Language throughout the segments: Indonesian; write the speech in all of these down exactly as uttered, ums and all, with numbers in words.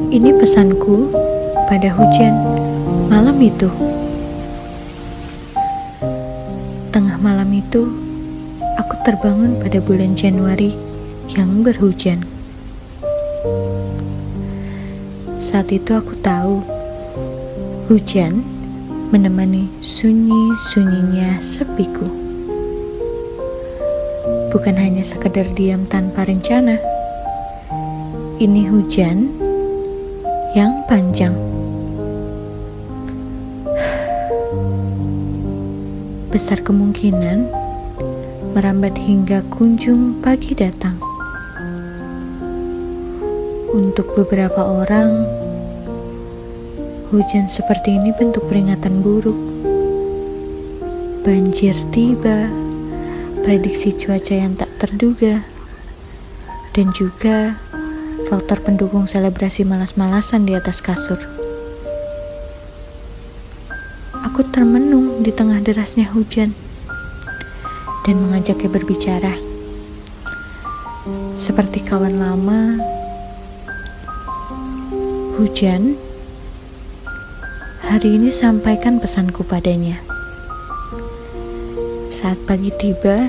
Ini pesanku pada hujan malam itu. Tengah malam itu, aku terbangun pada bulan Januari yang berhujan. Saat itu aku tahu, hujan menemani sunyi-sunyinya sepiku. Bukan hanya sekedar diam tanpa rencana. Ini hujan yang panjang. Besar kemungkinan merambat hingga kunjung pagi datang. Untuk beberapa orang, hujan seperti ini bentuk peringatan buruk. Banjir tiba, prediksi cuaca yang tak terduga, dan juga faktor pendukung selebrasi malas-malasan di atas kasur. Aku termenung di tengah derasnya hujan dan mengajaknya berbicara. Seperti kawan lama, hujan, hari ini sampaikan pesanku padanya. Saat pagi tiba,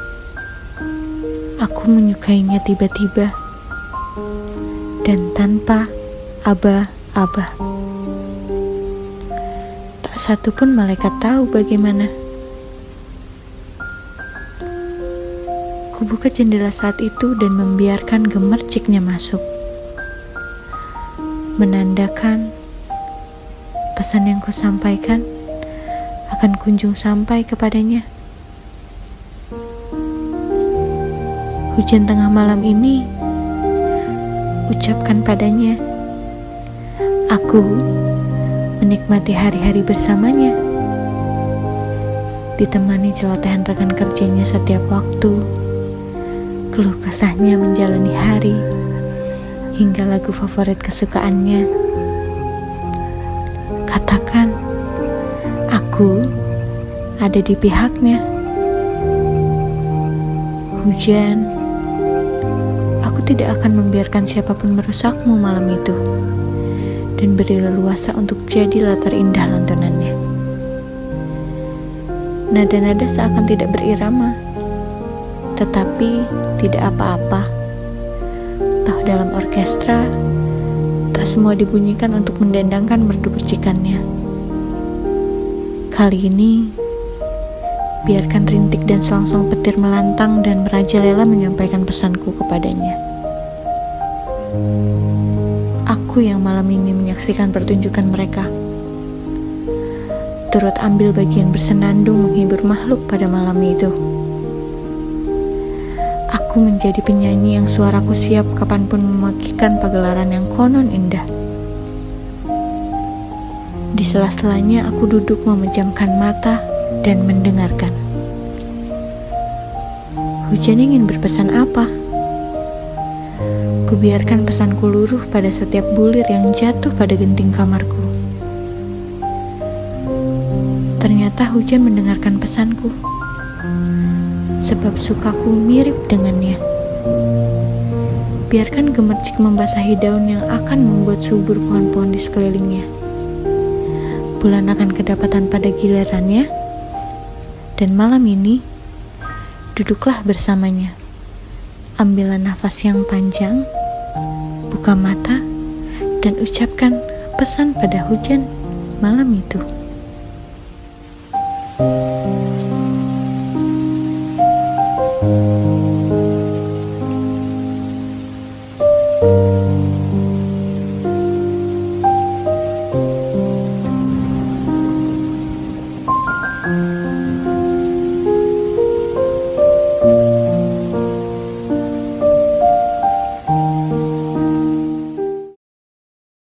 aku menyukainya tiba-tiba dan tanpa aba-aba. Tak satu pun malaikat tahu bagaimana. Kubuka jendela saat itu dan membiarkan gemerciknya masuk, menandakan pesan yang kusampaikan akan kunjung sampai kepadanya. Hujan tengah malam ini, ucapkan padanya, aku menikmati hari-hari bersamanya, ditemani celotehan rekan kerjanya setiap waktu, keluh kesahnya menjalani hari, hingga lagu favorit kesukaannya. Katakan, aku ada di pihaknya. Hujan, aku tidak akan membiarkan siapapun merusakmu malam itu, dan beri leluasa untuk jadi latar indah lantunannya. Nada-nada seakan tidak berirama, tetapi tidak apa-apa. Toh dalam orkestra, tak semua dibunyikan untuk mendendangkan merdu percikannya. Kali ini, biarkan rintik dan selongsong petir melantang dan merajalela menyampaikan pesanku kepadanya. Aku yang malam ini menyaksikan pertunjukan mereka, turut ambil bagian bersenandung menghibur makhluk pada malam itu. Aku menjadi penyanyi yang suaraku siap kapanpun memakikan pagelaran yang konon indah. Di sela-selanya aku duduk memejamkan mata dan mendengarkan. Hujan ingin berpesan apa? Kubiarkan pesanku luruh pada setiap bulir yang jatuh pada genting kamarku. Ternyata hujan mendengarkan pesanku, sebab sukaku mirip dengannya. Biarkan gemercik membasahi daun yang akan membuat subur pohon-pohon di sekelilingnya. Bulan akan kedapatan pada gilirannya, dan malam ini, duduklah bersamanya. Ambillah nafas yang panjang, buka mata, dan ucapkan pesan pada hujan malam itu.